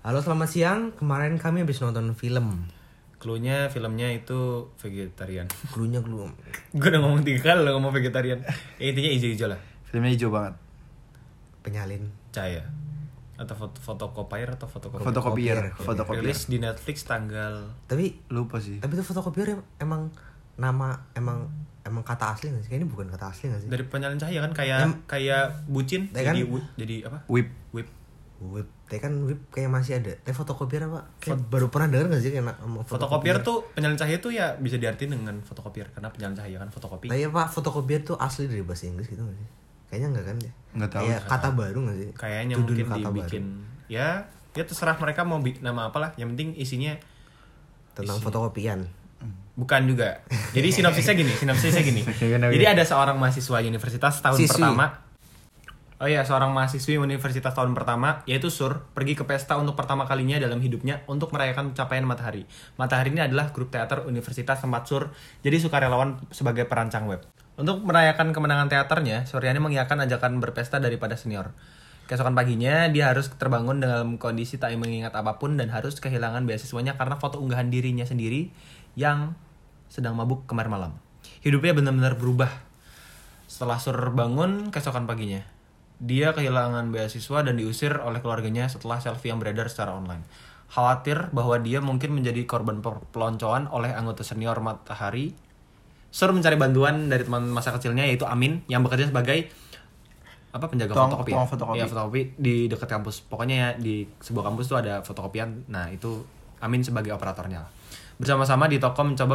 Halo, selamat siang. Kemarin kami habis nonton film. Cluenya filmnya itu vegetarian. Clue. Gue udah ngomong 3 kali lo ngomong vegetarian. Intinya hijau-hijau lah. Filmnya hijau banget. Penyalin. Cahaya. Atau fotokopier atau Fotokopier. Rilis di Netflix tanggal. Tapi Lupa sih. itu fotokopier emang nama emang kata asli nggak sih? Kayaknya bukan kata asli nggak sih? Dari penyalin cahaya kan kayak bucin jadi apa? Whip. Whip. Tapi kan whip kayak masih ada. Tapi fotokopier apa? Kayak baru pernah denger nggak sih kayak fotokopier tuh penyalin cahaya tuh ya bisa diartikan dengan fotokopier karena penyalin cahaya kan fotokopi. Nah, iya Pak, fotokopier tuh asli dari bahasa Inggris gitu nggak sih? Kayaknya nggak kan ya? Nggak tahu. Kayak kata baru nggak sih? Kayaknya Judul mungkin kata dibikin ya terserah mereka mau nama apalah. Yang penting isinya tentang fotokopian. bukan juga. Jadi sinopsisnya gini. Jadi ada seorang mahasiswa universitas tahun pertama. Oh iya, seorang mahasiswi universitas tahun pertama, yaitu Sur, pergi ke pesta untuk pertama kalinya dalam hidupnya untuk merayakan pencapaian Matahari. Matahari ini adalah grup teater universitas tempat Sur jadi sukarelawan sebagai perancang web. Untuk merayakan kemenangan teaternya, Suryani mengiyakan ajakan berpesta daripada senior. Keesokan paginya, dia harus terbangun dalam kondisi tak mengingat apapun dan harus kehilangan beasiswanya karena foto unggahan dirinya sendiri yang sedang mabuk kemarin malam. Hidupnya benar-benar berubah setelah Sur bangun keesokan paginya. Dia kehilangan beasiswa dan diusir oleh keluarganya setelah selfie yang beredar secara online. Khawatir bahwa dia mungkin menjadi korban peloncoan oleh anggota senior Matahari, Sur mencari bantuan dari teman masa kecilnya yaitu Amin yang bekerja sebagai penjaga fotokopi. Ya, fotokopi di dekat kampus. Pokoknya ya di sebuah kampus tuh ada fotokopian. Nah, itu Amin sebagai operatornya. Bersama-sama di toko mencoba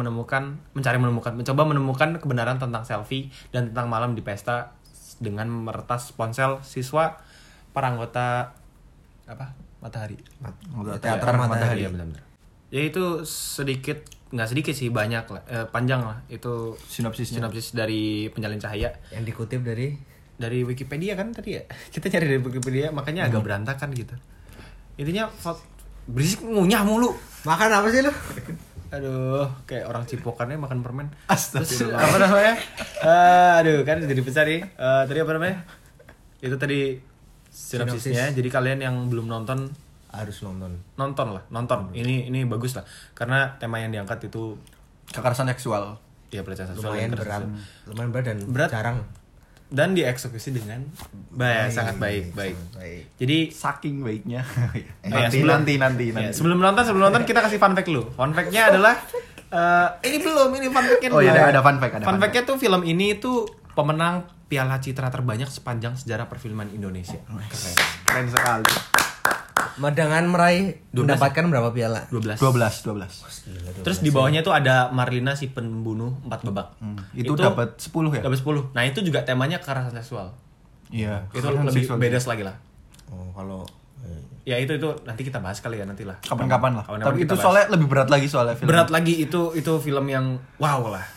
menemukan kebenaran tentang selfie dan tentang malam di pesta dengan meretas ponsel siswa para anggota Matahari. Teater Matahari. Ya, benar-benar. Ya itu nggak sedikit sih, banyak lah, panjang lah itu sinopsis dari penyalin cahaya yang dikutip dari Wikipedia kan tadi ya. Kita cari dari Wikipedia makanya agak berantakan gitu. Intinya berisik ngunyah mulu. Makan apa sih lu? Aduh, kayak orang cipokannya makan permen. Astagfirullah. Apa namanya? Aduh, kan jadi besar nih. Tadi apa namanya? Itu tadi sinopsisnya. Jadi kalian yang belum nonton harus nonton. Nonton. Ini bagus lah. Karena tema yang diangkat itu Kekerasan seksual. ya pelecehan seksual. Lumayan berat dan jarang. Dan dieksekusi dengan sangat baik. Jadi Saking baiknya. nanti. Ya, sebelum nonton kita kasih fun fact dulu. Fun fact-nya adalah ini fun fact-nya. Oh iya, ada fun fact. Fun fact-nya tuh film ini tuh pemenang Piala Citra terbanyak sepanjang sejarah perfilman Indonesia. Keren sekali. Dengan mendapatkan berapa piala? 12. Terus Terus di bawahnya tuh ada Marlina si pembunuh 4 babak. Itu dapat 10 ya? Dapat 10. Nah, itu juga temanya kekerasan seksual. Iya. Itu lebih beda lagi lah. Oh, kalau Ya itu nanti kita bahas kali ya nantilah. Kapan-kapan lah. Kapan-kapan Tapi kita itu bahas. soalnya lebih berat lagi soalnya film. Berat lagi itu film yang wow lah.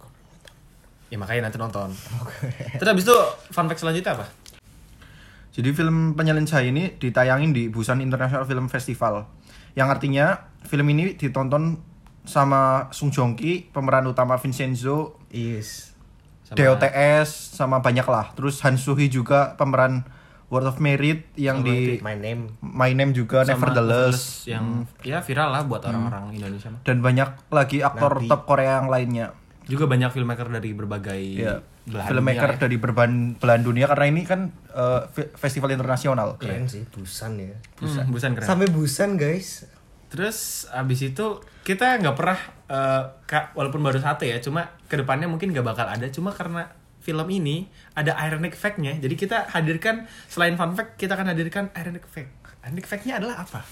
Ya makanya nanti nonton. Terus habis itu fun fact selanjutnya apa? Jadi film Penyalin Cahaya ini ditayangin di Busan International Film Festival. Yang artinya film ini ditonton sama Sung Joong Ki, pemeran utama Vincenzo, DOTS sama banyak lah. Terus Han Soo Hee juga pemeran Word of Merit yang di My Name juga, Nevertheless yang ya viral lah buat orang-orang Indonesia. Dan banyak lagi aktor top Korea yang lainnya. Juga banyak filmmaker dari berbagai filmmaker dunia, dari belahan dunia karena ini kan festival internasional. keren sih, Busan ya. Busan keren. Sampai Busan, guys. Terus abis itu kita nggak pernah walaupun baru satu ya, cuma kedepannya mungkin nggak bakal ada, cuma karena film ini ada ironic fact-nya, jadi kita hadirkan selain fun fact kita akan hadirkan ironic fact. Ironic fact-nya adalah apa?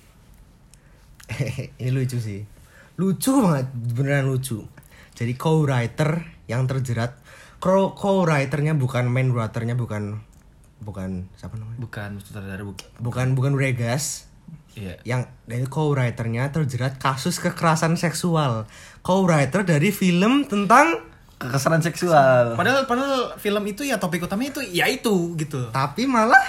Ini lucu sih, lucu banget, beneran lucu. Jadi co-writer yang terjerat, co-writernya bukan main writernya bukan siapa namanya? Bukan sutradara, bukan Regas. Iya. Yang dari co-writernya terjerat kasus kekerasan seksual. Co-writer dari film tentang Kekerasan seksual. Padahal film itu ya topik utamanya itu gitu. Tapi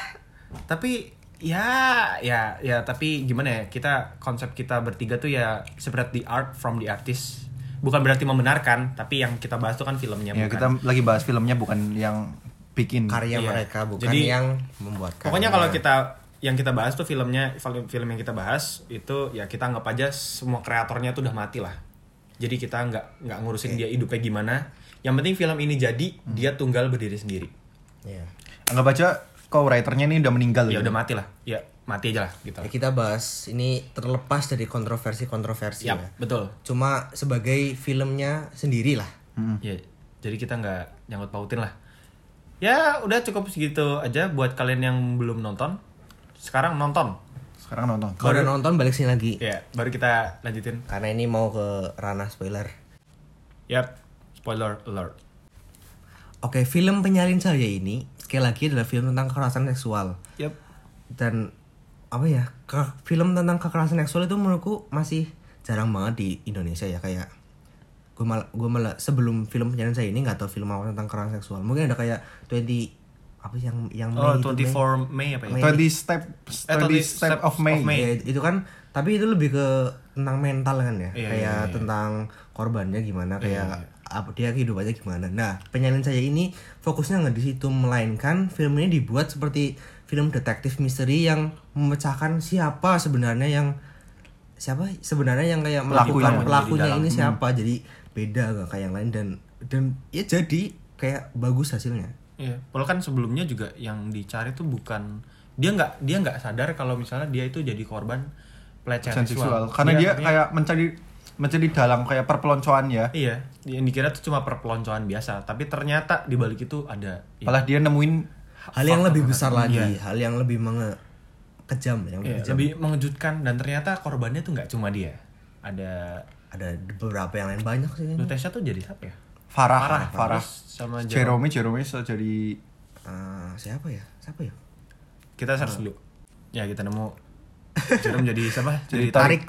tapi gimana ya, konsep kita bertiga tuh ya spread the art from the artist. Bukan berarti membenarkan, tapi yang kita bahas tuh kan filmnya. Ya, bukan. kita lagi bahas filmnya bukan yang bikin karya mereka, bukan jadi, yang membuat karya. Pokoknya kalau kita yang kita bahas tuh film yang kita bahas itu ya kita anggap aja semua kreatornya tuh udah mati lah. Jadi kita nggak ngurusin dia hidupnya gimana. Yang penting film ini jadi dia tunggal berdiri sendiri. Iya. Anggap aja co-writernya ini udah meninggal. Ya udah mati lah. Ya mati aja lah gitu. Ya, kita bahas ini terlepas dari kontroversi ya. Betul. Cuma sebagai filmnya sendiri lah. Ya, jadi kita nggak nyangkut pautin lah. Ya udah cukup segitu aja buat kalian yang belum nonton. Sekarang nonton. Kalau udah nonton balik sini lagi. Ya, baru kita lanjutin. Karena ini mau ke ranah spoiler. Yap, spoiler alert. Oke, film Penyalin Cahaya ini sekali lagi adalah film tentang kekerasan seksual. Yap. Dan apa ya? Film tentang kekerasan seksual itu menurutku masih jarang banget di Indonesia ya, kayak gue malah sebelum film Penyalin Cahaya ini nggak tahu film apa tentang kekerasan seksual. Mungkin ada kayak 20 apa yang Mei 24 Mei apa ya? 20 step of May. Ya, itu kan, tapi itu lebih ke tentang mental kan ya. Iya, kayak iya. tentang korbannya gimana, kayak apa dia kehidupannya gimana. Nah, Penyalin Cahaya ini fokusnya nggak di situ, melainkan film ini dibuat seperti film detektif misteri yang memecahkan siapa sebenarnya yang kayak melakukan pelakunya ini siapa. Jadi beda gak kayak yang lain dan ya jadi kayak bagus hasilnya. Iya, padahal kan sebelumnya juga yang dicari tuh bukan dia nggak sadar kalau misalnya dia itu jadi korban pelecehan seksual. Karena dia kayak mencari dalam kayak perpeloncoan ya. Iya, yang dikira tuh cuma perpeloncoan biasa, tapi ternyata di balik itu ada Malah dia nemuin hal yang lebih besar lagi, hal yang lebih kejam, lebih mengejutkan, dan ternyata korbannya tuh nggak cuma dia. Ada beberapa yang lain banyak sih. Lutesha tuh jadi siapa ya? Farah. Sama Jerome so jadi siapa ya? kita search dulu. Ya, kita nemu Jerome jadi siapa? jadi Tarik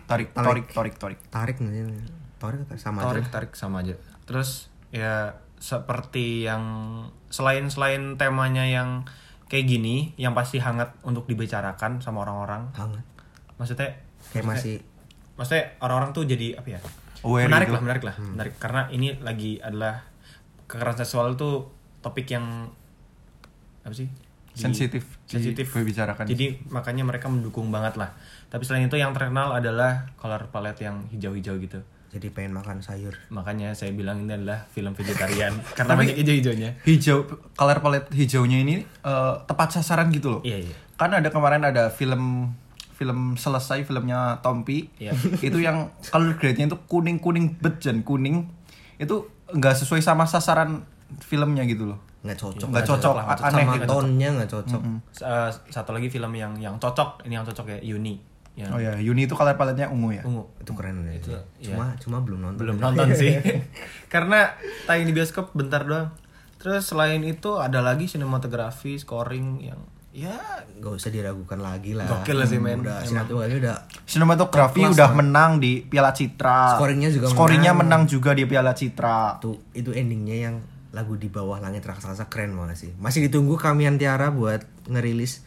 sama aja. Tarik sama aja. Terus ya seperti yang selain temanya yang kayak gini yang pasti hangat untuk dibicarakan sama orang-orang. Hangat. Maksudnya orang-orang tuh jadi apa ya? Aware Menarik karena ini lagi adalah kekerasan seksual tuh topik yang apa sih? Sensitif dibicarakan. Jadi makanya mereka mendukung banget lah. Tapi selain itu yang terkenal adalah color palette yang hijau-hijau gitu. Jadi pengen makan sayur. Makanya saya bilang ini adalah film vegetarian karena banyak hijau-hijaunya. Color palette hijaunya ini tepat sasaran gitu loh. Iya. Kan kemarin ada film selesai filmnya Tompi. Iya. Itu yang color grade-nya itu kuning bejen kuning. Itu enggak sesuai sama sasaran filmnya gitu loh. Nggak cocok aneh sama gitu. tonnya nggak cocok. Satu lagi film yang cocok, ini yang cocok ya, Yuni. Oh ya, Yuni itu color palette-nya ungu ya. Itu keren ya. Itu, cuma belum nonton sih. Karena tayang di bioskop bentar doang. Terus selain itu ada lagi sinematografi, scoring yang ya nggak usah diragukan lagi lah. Gokil lah sih, men. Sinematografi udah menang di Piala Citra. Scoringnya menang juga di Piala Citra. Itu endingnya yang lagu Di Bawah Langit Raksasa keren banget sih. Masih ditunggu Kamian Tiara buat ngerilis.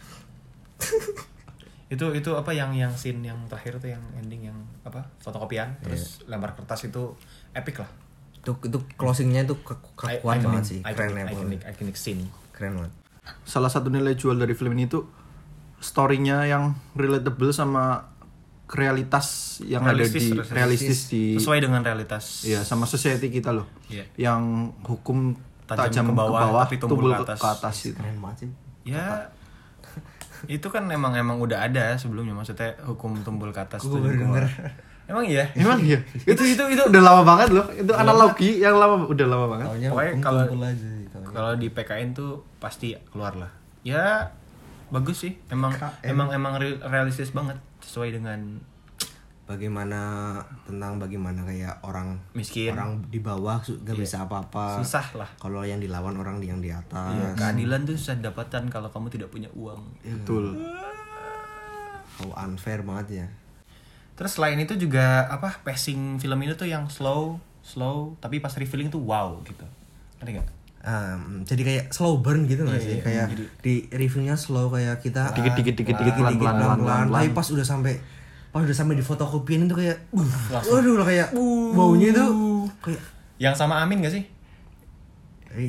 itu apa yang scene yang terakhir tuh yang ending yang apa fotokopian terus lembar kertas itu epic lah. Itu closingnya itu kuat banget sih. Keren iconic scene. Keren banget. Salah satu nilai jual dari film ini tuh story-nya yang relatable sama realitas yang realistis di sesuai dengan realitas. Iya, sama society kita loh. Iya. Yang hukum tajam ke bawah tapi tumbul ke atas itu. Keren banget sih. Ya itu kan emang udah ada sebelumnya, maksudnya hukum tumbul ke atas tuh. Emang iya. itu udah lama banget loh. Itu analogi yang udah lama banget. Pokoknya kalau di PKN tuh pasti keluar lah. Ya bagus sih. Emang realistis banget sesuai dengan bagaimana kayak orang miskin, orang di bawah gak bisa apa-apa, susah lah. Kalau yang dilawan orang yang di atas. Iya, keadilan tuh susah didapatkan kalau kamu tidak punya uang. Betul. How unfair banget ya. Terus selain itu juga apa, pacing film ini tuh yang slow tapi pas revealing tuh wow gitu. Ngerti gak? Jadi kayak slow burn gitu nggak sih? Kayak di reviewnya slow, kayak kita dikit pelan-pelan. Tapi pas udah sampai di fotokopian itu kayak waduh kayak baunya itu kayak yang sama Amin gak sih?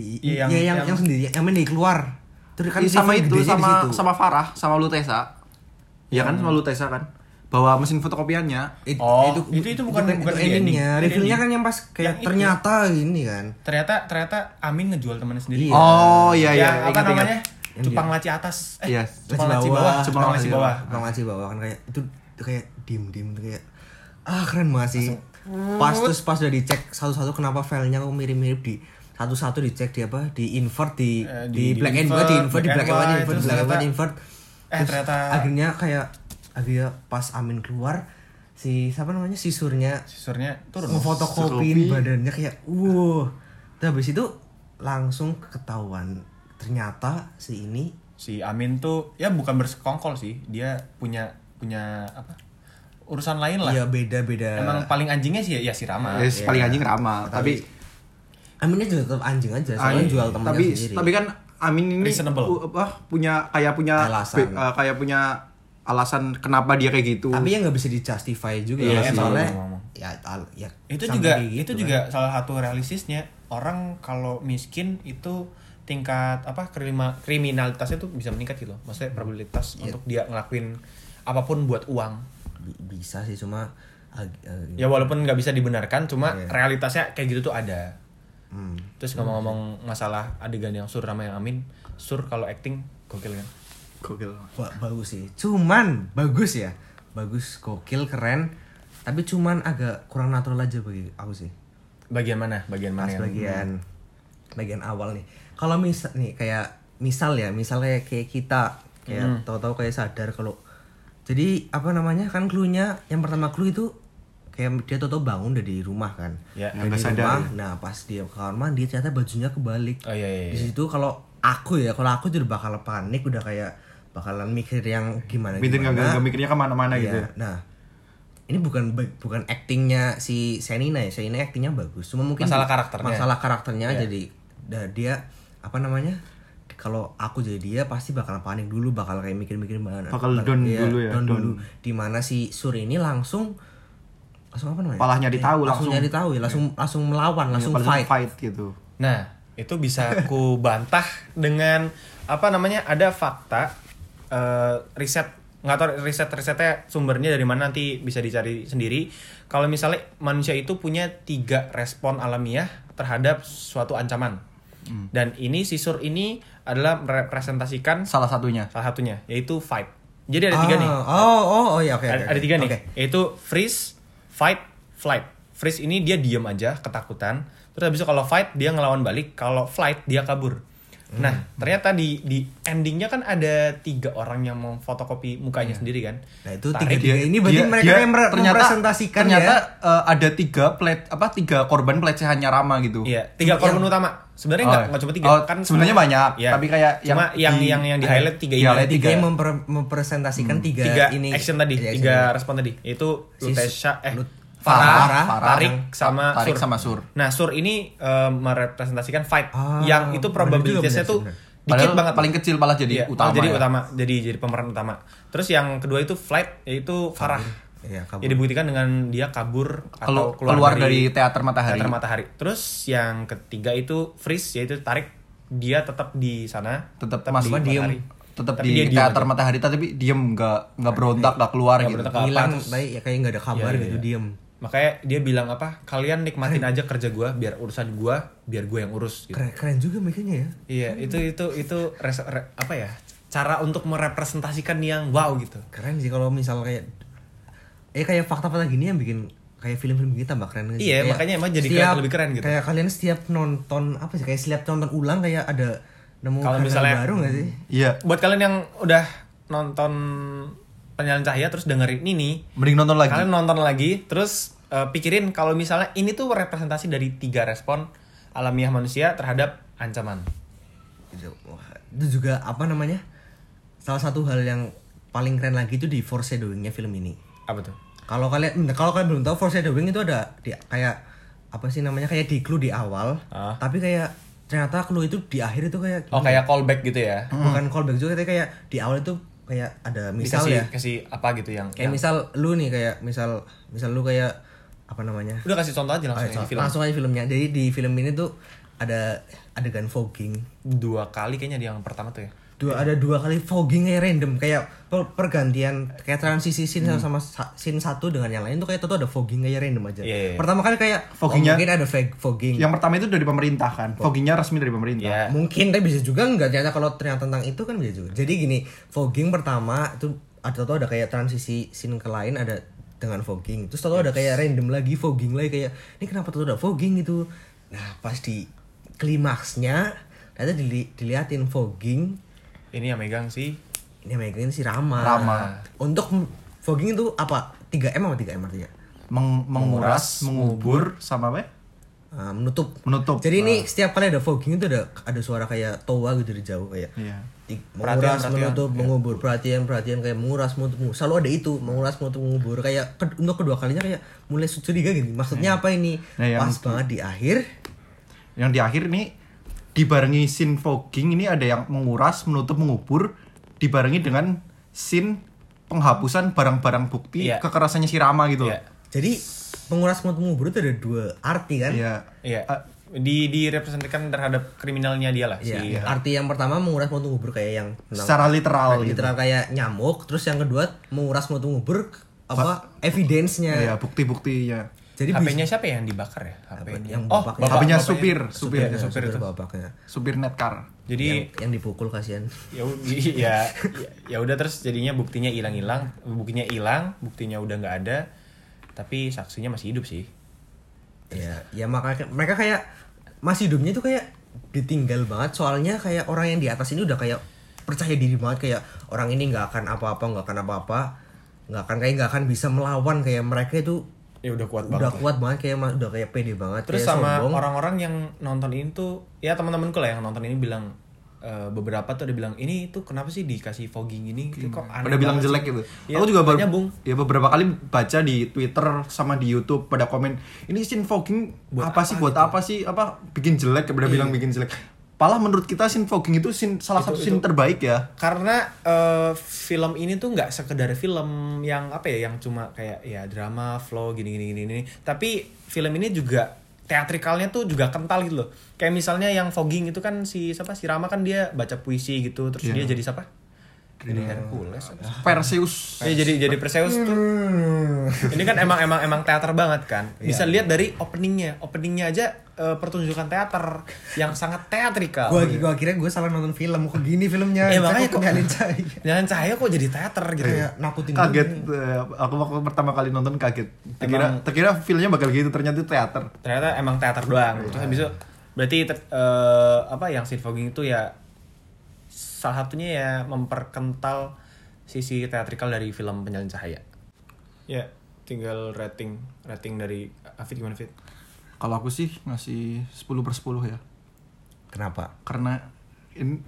Yang sendiri, yang main dari keluar. Terus kan sama itu sama Farah, sama Lutesha. Iya kan selalu Tessa kan. Bawa mesin fotokopiannya. itu bukan endingnya. Reveal-nya kan yang pas kayak ternyata ini kan. Ternyata Amin ngejual temannya sendiri. Iya. Oh iya. Apa namanya? Yang Cupang laci atas. Iya. Cupang laci bawah. Cupang laci bawah. Cupang laci bawah kan kayak itu kayak diem kayak keren banget sih. Pas udah dicek satu-satu kenapa filenya kok mirip-mirip di satu-satu dicek di invert di black and white, di invert di black and white, invert. Ternyata akhirnya pas Amin keluar si surnya turun ngefotokopiin badannya kayak terus habis itu langsung ketahuan ternyata si Amin tuh ya bukan bersekongkol sih, dia punya apa urusan lain lah. Iya beda emang paling anjingnya sih ya si Rama. Paling anjing Rama tapi Aminnya juga tetap anjing aja soalnya jual temennya sendiri. Tapi kan Amin ini punya alasan kenapa dia kayak gitu. Tapi ya nggak bisa di-justify juga. Iya, soalnya ya itu juga salah satu realistisnya. Orang kalau miskin itu tingkat kriminalitasnya tuh bisa meningkat gitu. Maksudnya probabilitas untuk dia ngelakuin apapun buat uang. Bisa sih cuma ya walaupun nggak bisa dibenarkan, cuma realitasnya kayak gitu tuh ada. Terus ngomong-ngomong masalah adegan yang Sur sama yang Amin, Sur kalau acting gokil kan? Gokil. Wah, bagus sih. Cuman bagus ya. Bagus, gokil, keren. Tapi cuman agak kurang natural aja bagi aku sih. Bagian mana? Bagian awal nih. Kalau misal kayak kita kayak tahu-tahu kayak sadar kalau jadi kan clue-nya yang pertama clue itu kayak dia tahu-tahu bangun dari rumah kan. Ya, dari rumah. Nah, pas dia ke kamar mandi ternyata bajunya kebalik. Oh iya. Di situ kalau aku udah bakal panik, udah kayak bakalan mikir yang gimana. Nggak mikirnya kemana-mana gitu. Nah, ini bukan actingnya si Shenina ya. Shenina actingnya bagus. Cuma mungkin masalah karakternya aja dia kalau aku jadi dia pasti bakal panik dulu, bakal kayak mikir-mikir mana. Bakal down dulu. Dimana si Sur ini langsung apa namanya? Palahnya ditahu langsung melawan, langsung fight gitu. Nah, itu bisa ku bantah dengan ada fakta riset, nggak tahu risetnya sumbernya dari mana, nanti bisa dicari sendiri. Kalau misalnya manusia itu punya 3 respon alamiah terhadap suatu ancaman. Dan ini si Sur ini adalah merepresentasikan salah satunya yaitu fight. Jadi ada 3 nih. Oke. Ada 3 nih. Yaitu freeze, fight, flight. Freeze ini dia diam aja, ketakutan. Terus habis itu kalau fight dia ngelawan balik, kalau flight dia kabur. Nah, ternyata di endingnya kan ada 3 orang yang mau fotokopi mukanya sendiri kan. Nah, itu 3 ini berarti mereka yang merepresentasikan ternyata ada 3 korban pelecehannya Rama gitu. Iya, 3 korban utama. Sebenarnya enggak cuma 3 kan sebenarnya banyak, tapi kayak cuma yang di highlight 3 ini. 3 yang mempresentasikan 3 ini action tadi, 3 respon tadi. Yaitu Lutesha Farah, Tarik sama Sur. Nah, Sur ini merepresentasikan fight yang itu probabilitasnya tuh dikit banget, paling kecil malah jadi utama. Jadi pemeran utama. Terus yang kedua itu flight, yaitu Farah. Ya dibuktikan dengan dia kabur atau keluar dari teater matahari. Terus yang ketiga itu freeze, yaitu Tarik, dia tetap di sana, tetap di teater matahari tapi diem, nggak berontak, nggak keluar gitu, hilang kayak nggak ada kabar gitu, diem. Makanya dia bilang kalian nikmatin aja kerja gue, biar urusan gue biar gue yang urus gitu. Keren juga mikirnya ya. Iya, itu cara untuk merepresentasikan yang wow gitu. Keren sih kalau misal kayak fakta-fakta gini yang bikin kayak film-film gitu tambah keren. Iya, makanya emang jadi lebih keren gitu. Kayak kalian setiap nonton kayak setiap nonton ulang kayak ada nemu hal baru nggak sih? Iya. Buat kalian yang udah nonton Penyalin Cahaya terus dengerin ini, mending nonton lagi. Kalian nonton lagi, terus pikirin kalau misalnya ini tuh representasi dari 3 respon alamiah manusia terhadap ancaman. Itu juga salah satu hal yang paling keren lagi itu di foreshadowing-nya film ini. Apa tuh? Kalau kalian belum tahu, foreshadowing itu ada kayak kayak di clue di awal, tapi kayak ternyata clue itu di akhir itu kayak kayak callback gitu ya. Bukan callback juga, kayak di awal itu kayak ada misal kasih apa gitu yang misal lu nih kayak misal lu kayak udah kasih contoh aja langsung aja filmnya. Jadi di film ini tuh ada adegan fogging 2 kali kayaknya, di yang pertama tuh ya. ada 2 kali fogging kayak random, kayak pergantian kayak transisi scene sama scene satu dengan yang lain tuh kayak tuh ada fogging kayak random aja. Pertama kali kayak foggingnya mungkin ada fogging. Yang pertama itu dari pemerintah kan. Foggingnya resmi dari pemerintah. Mungkin tapi bisa juga enggak, ternyata kalau ternyata tentang itu kan bisa juga. Jadi gini, fogging pertama itu ada kayak transisi scene ke lain ada dengan fogging. Terus tahu ada kayak random lagi fogging lagi, kayak ini kenapa tuh ada fogging gitu. Nah, pas di klimaksnya ternyata diliatin fogging. Ini yang megang sih. Ini yang megang si Rama. Untuk fogging itu apa? 3M apa 3M artinya? Menguras, mengubur, sama apa? Menutup. Jadi ini setiap kali ada fogging itu ada suara kayak toa gitu dari jauh kayak. Menguras, menutup, mengubur, perhatian kayak menguras, menutup, selalu ada itu, menguras, menutup, mengubur, kayak untuk kedua kalinya kayak mulai curiga gitu. Maksudnya apa ini? Pas banget di akhir. Yang di akhir nih dibarengi scene fogging ini ada yang menguras, menutup, mengubur, dibarengi dengan scene penghapusan barang-barang bukti kekerasannya si Rama gitu. Jadi menguras, menutup, mengubur itu ada 2 arti kan? Direpresentasikan terhadap kriminalnya dia lah. Arti yang pertama menguras, menutup, mengubur kayak yang secara literal gitu. Kayak nyamuk. Terus yang kedua menguras, menutup, mengubur evidence-nya. Bukti-buktinya. Jadi HP-nya siapa yang dibakar ya? HP-nya. HP-nya supir itu. Bapaknya. Supir netcar. Jadi yang dipukul kasihan. Ya udah, terus jadinya buktinya hilang, buktinya udah nggak ada, tapi saksinya masih hidup sih. Ya makanya mereka kayak masih hidupnya itu kayak ditinggal banget, soalnya kayak orang yang di atas ini udah kayak percaya diri banget, kayak orang ini nggak akan apa-apa, nggak akan bisa melawan, kayak mereka itu udah kuat banget kayak udah kayak pede banget. Terus kayak sama sombong. orang-orang yang nonton ini tuh, ya teman-temanku lah yang nonton ini bilang, beberapa tuh udah bilang ini tuh kenapa sih dikasih fogging ini kok aneh. Pada bilang jelek gitu. Aku juga beberapa kali baca di Twitter sama di YouTube pada komen, ini scene fogging buat apa sih bikin jelek, pada bilang bikin jelek. Malah menurut kita scene fogging itu salah satu scene terbaik ya. Karena film ini tuh nggak sekedar film yang yang cuma kayak drama, flow gini. Tapi film ini juga teatrikalnya tuh juga kental gitu loh. Kayak misalnya yang fogging itu kan si Rama kan dia baca puisi gitu, terus dia jadi siapa? Jadi Hercules. Perseus. Jadi Perseus tuh. Ini kan emang teater banget kan. Bisa lihat dari openingnya aja pertunjukan teater yang sangat teatrikal. Gua kira gue salah nonton film, kok gini filmnya. Makanya kok Nyalin cahaya kok jadi teater gitu. Nakutin. Kaget. Aku waktu pertama kali nonton kaget. Terkira filmnya bakal gitu, ternyata teater. Ternyata emang teater doang. Terus habis itu berarti yang scene fogging itu ya salah satunya ya memperkental sisi teatrikal dari film Penyalin Cahaya. Ya, tinggal rating dari Afid gimana, Fit? Kalau aku sih ngasih 10/10 ya. Kenapa? Karena ini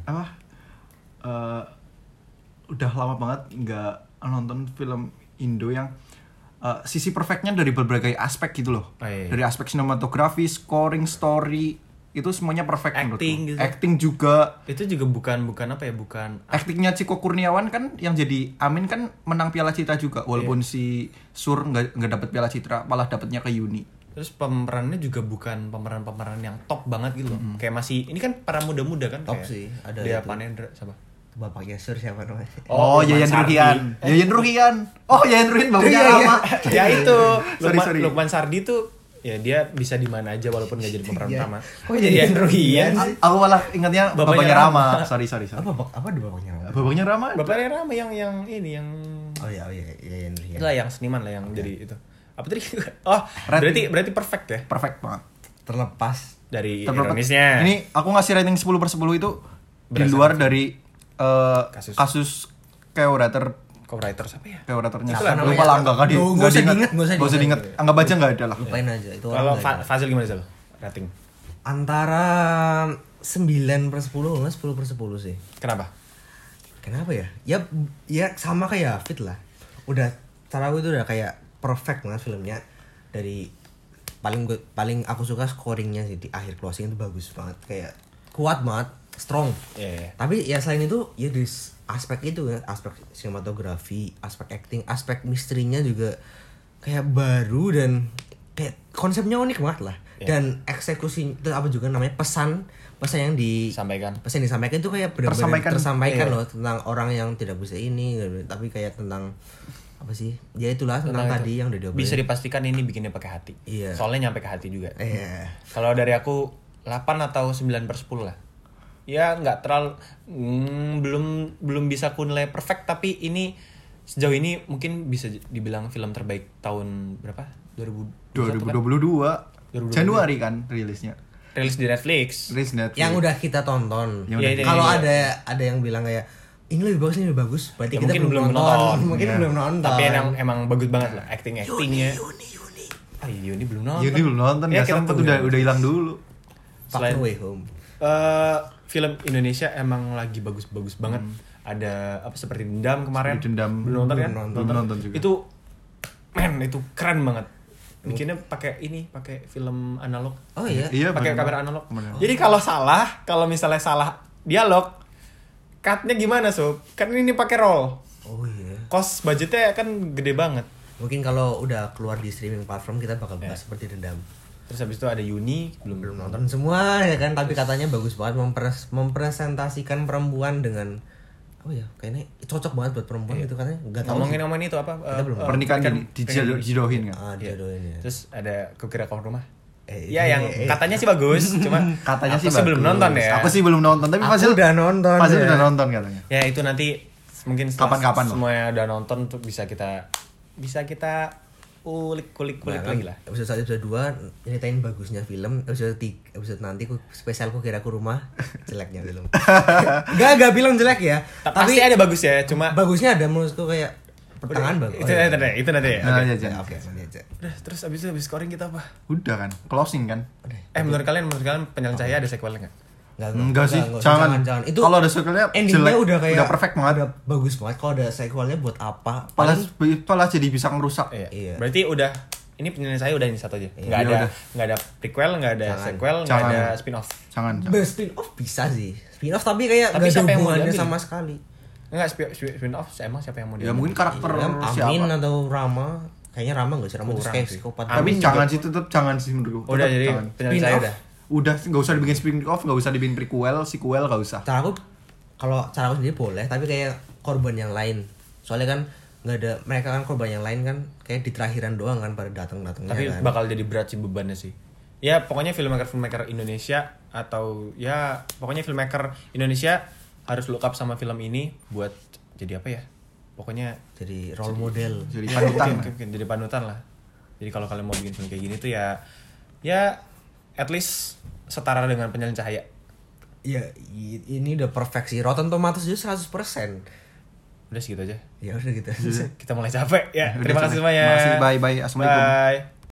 udah lama banget nggak nonton film Indo yang sisi perfectnya dari berbagai aspek gitu loh. Dari aspek sinematografi, scoring, story, itu semuanya perfect menurutku. Acting juga. Itu juga bukan Actingnya Ciko Kurniawan kan yang jadi Amin kan menang Piala Citra juga, walaupun si Sur nggak dapet Piala Citra, malah dapetnya ke Yuni. Terus pemerannya juga bukan pemeran yang top banget gitu loh. Kayak masih, ini kan para muda-muda kan. Top sih. Ada Dea Panendra, siapa? Bapaknya Sur siapa namanya? Yayan Ruhian. Yayan Ruhian bapaknya Rama. Ya itu. Sorry. Lukman Sardi tuh ya dia bisa di mana aja walaupun nggak jadi pemeran utama. Kok jadi Yayan Ruhian sih? Aku malah ingatnya bapaknya Rama. Sorry. Apa di bapaknya Rama? Bapaknya Rama? Bapaknya Rama yang ini yang Yayan Ruhian. Lah yang seniman lah yang jadi itu. Apa tadi? Berarti perfect ya? Perfect banget. Terlepas dari ironisnya. Ini aku ngasih rating 10/10 itu di luar dari kasus co-writer siapa ya? Co-writernya. Lupa lah, enggak usah diinget. Anggap aja enggak ada lah. Lupain aja itu. Kalau Fazil gimana sih? Rating antara 9/10 enggak 10/10 sih. Kenapa ya? Ya sama kayak Fit lah. Udah cara aku itu udah kayak perfect banget filmnya. Dari paling aku suka scoringnya sih, di akhir closing itu bagus banget, kayak kuat banget, strong. Tapi ya selain itu ya dari aspek itu ya, aspek sinematografi, aspek acting, aspek misterinya juga kayak baru dan kayak konsepnya unik banget lah. Dan eksekusi itu apa juga namanya pesan yang Sampaikan. pesan yang disampaikan itu kayak benar-benar tersampaikan iya. loh tentang orang yang tidak bisa ini, tapi kayak tentang apa sih? Ya itulah tentang tadi yang udah diobrolin. Bisa dipastikan ini bikinnya pakai hati. Iya. Soalnya nyampe ke hati juga. Iya. Kalau dari aku 8 atau 9/10 lah. Ya nggak terlalu belum bisa aku nilai perfect, tapi ini sejauh ini mungkin bisa dibilang film terbaik tahun berapa? 2022. Januari kan rilisnya. Rilis di Netflix. Yang udah kita tonton. Iya, Kalau ada yang bilang kayak ini lebih bagus, ini lebih bagus, berarti Ya, kita mungkin belum nonton. Mungkin belum nonton. Tapi emang bagus banget lah actingnya. Yuni belum nonton. Yuni belum nonton, Ya, nggak kita sempet tunggu. udah hilang dulu. Far Away Home. Film Indonesia emang lagi bagus-bagus banget. Ada apa seperti Dendam kemarin. Dendam. Belum nonton kan? Belum nonton juga. Itu itu keren banget. Bikinnya pakai film analog. Oh iya. Iya, Pakai bener. kamera analog. Jadi kalau misalnya salah dialog, cut-nya gimana, Sob? Kan ini pakai roll. Oh iya. Cost budgetnya kan gede banget. Mungkin kalau udah keluar di streaming platform kita bakal bahas seperti Dendam. Terus habis itu ada Yuni, belum Nonton semua ya kan, tapi katanya bagus banget mempresentasikan perempuan dengan kayaknya cocok banget buat perempuan gitu katanya. Enggak tahu. Ngomongin itu apa? Pernikahan dijodohin kan? Dijodohin ya. Terus ada Kukira Kawan Rumah. Iya, Yang katanya sih bagus, cuma Katanya aku sih belum bagus. nonton ya. Aku sih belum nonton, tapi Fasil udah nonton. Fasil ya. udah nonton katanya. Ya itu nanti mungkin setelah Kapan-kapan loh. semuanya udah nonton tuh bisa kita kulik lagi lah. Episode 1, episode 2 nyeritain bagusnya film. Episode nanti spesial Kukira Ku Rumah jeleknya film. Gak bilang jelek ya. Tapi ada bagus ya, cuma bagusnya ada menurutku kayak pertengahan bagus. Itu nanti ya. Nah, Oke. iya, iya. Oke, nanti aja. Udah, terus habis scoring kita apa? Udah kan, closing kan. Menurut kalian Penyalin Cahaya ada sequelnya nggak? Enggak sih, jangan. jangan. Itu Kalau ada sequelnya endingnya jelek, udah kayak udah perfect banget. Udah bagus banget. Kalau ada sequelnya buat apa? Malah jadi bisa ngerusak. Iya. Berarti udah ini Penyalin Cahaya udah ini satu aja. Nggak ada prequel, nggak ada sequel, nggak Jangan. ada spin-off. Jangan. Spin off bisa sih. Spin off tapi kayak Tapi gak siapa ada yang mau hubungannya diambil? sama sekali. Enggak spin-off, emang siapa yang mau Ya mungkin karakter Amin siapa. atau Rama. Kayaknya Rama enggak sih? Rama itu Kurang kayak sih. psikopat. Tapi Amin jangan juga. sih, tetap jangan sih menurutku. Udah Tetep jadi jangan. Penyalin Cahaya Spin-off. Udah nggak usah dibikin spin off, nggak usah dibikin prequel, sequel nggak usah. Cara aku sendiri boleh, tapi kayak korban yang lain. Soalnya kan nggak ada, mereka kan korban yang lain kan kayak di terakhiran doang kan pada datangnya Tapi kan. bakal jadi berat sih bebannya sih. Ya pokoknya filmmaker Indonesia atau ya pokoknya filmmaker Indonesia harus look up sama film ini buat jadi apa ya? Pokoknya Jadi role model. Jadi ya, panutan. mungkin jadi panutan lah. Jadi kalau kalian mau bikin film kayak gini tuh ya at least setara dengan Penyalin Cahaya. Ya ini udah perfect sih. Rotten Tomatoes juga 100%. Udah segitu aja. Ya udah gitu. Kita mulai capek ya. Udah Terima capek. kasih semuanya. Terima kasih, bye. Assalamualaikum. Bye.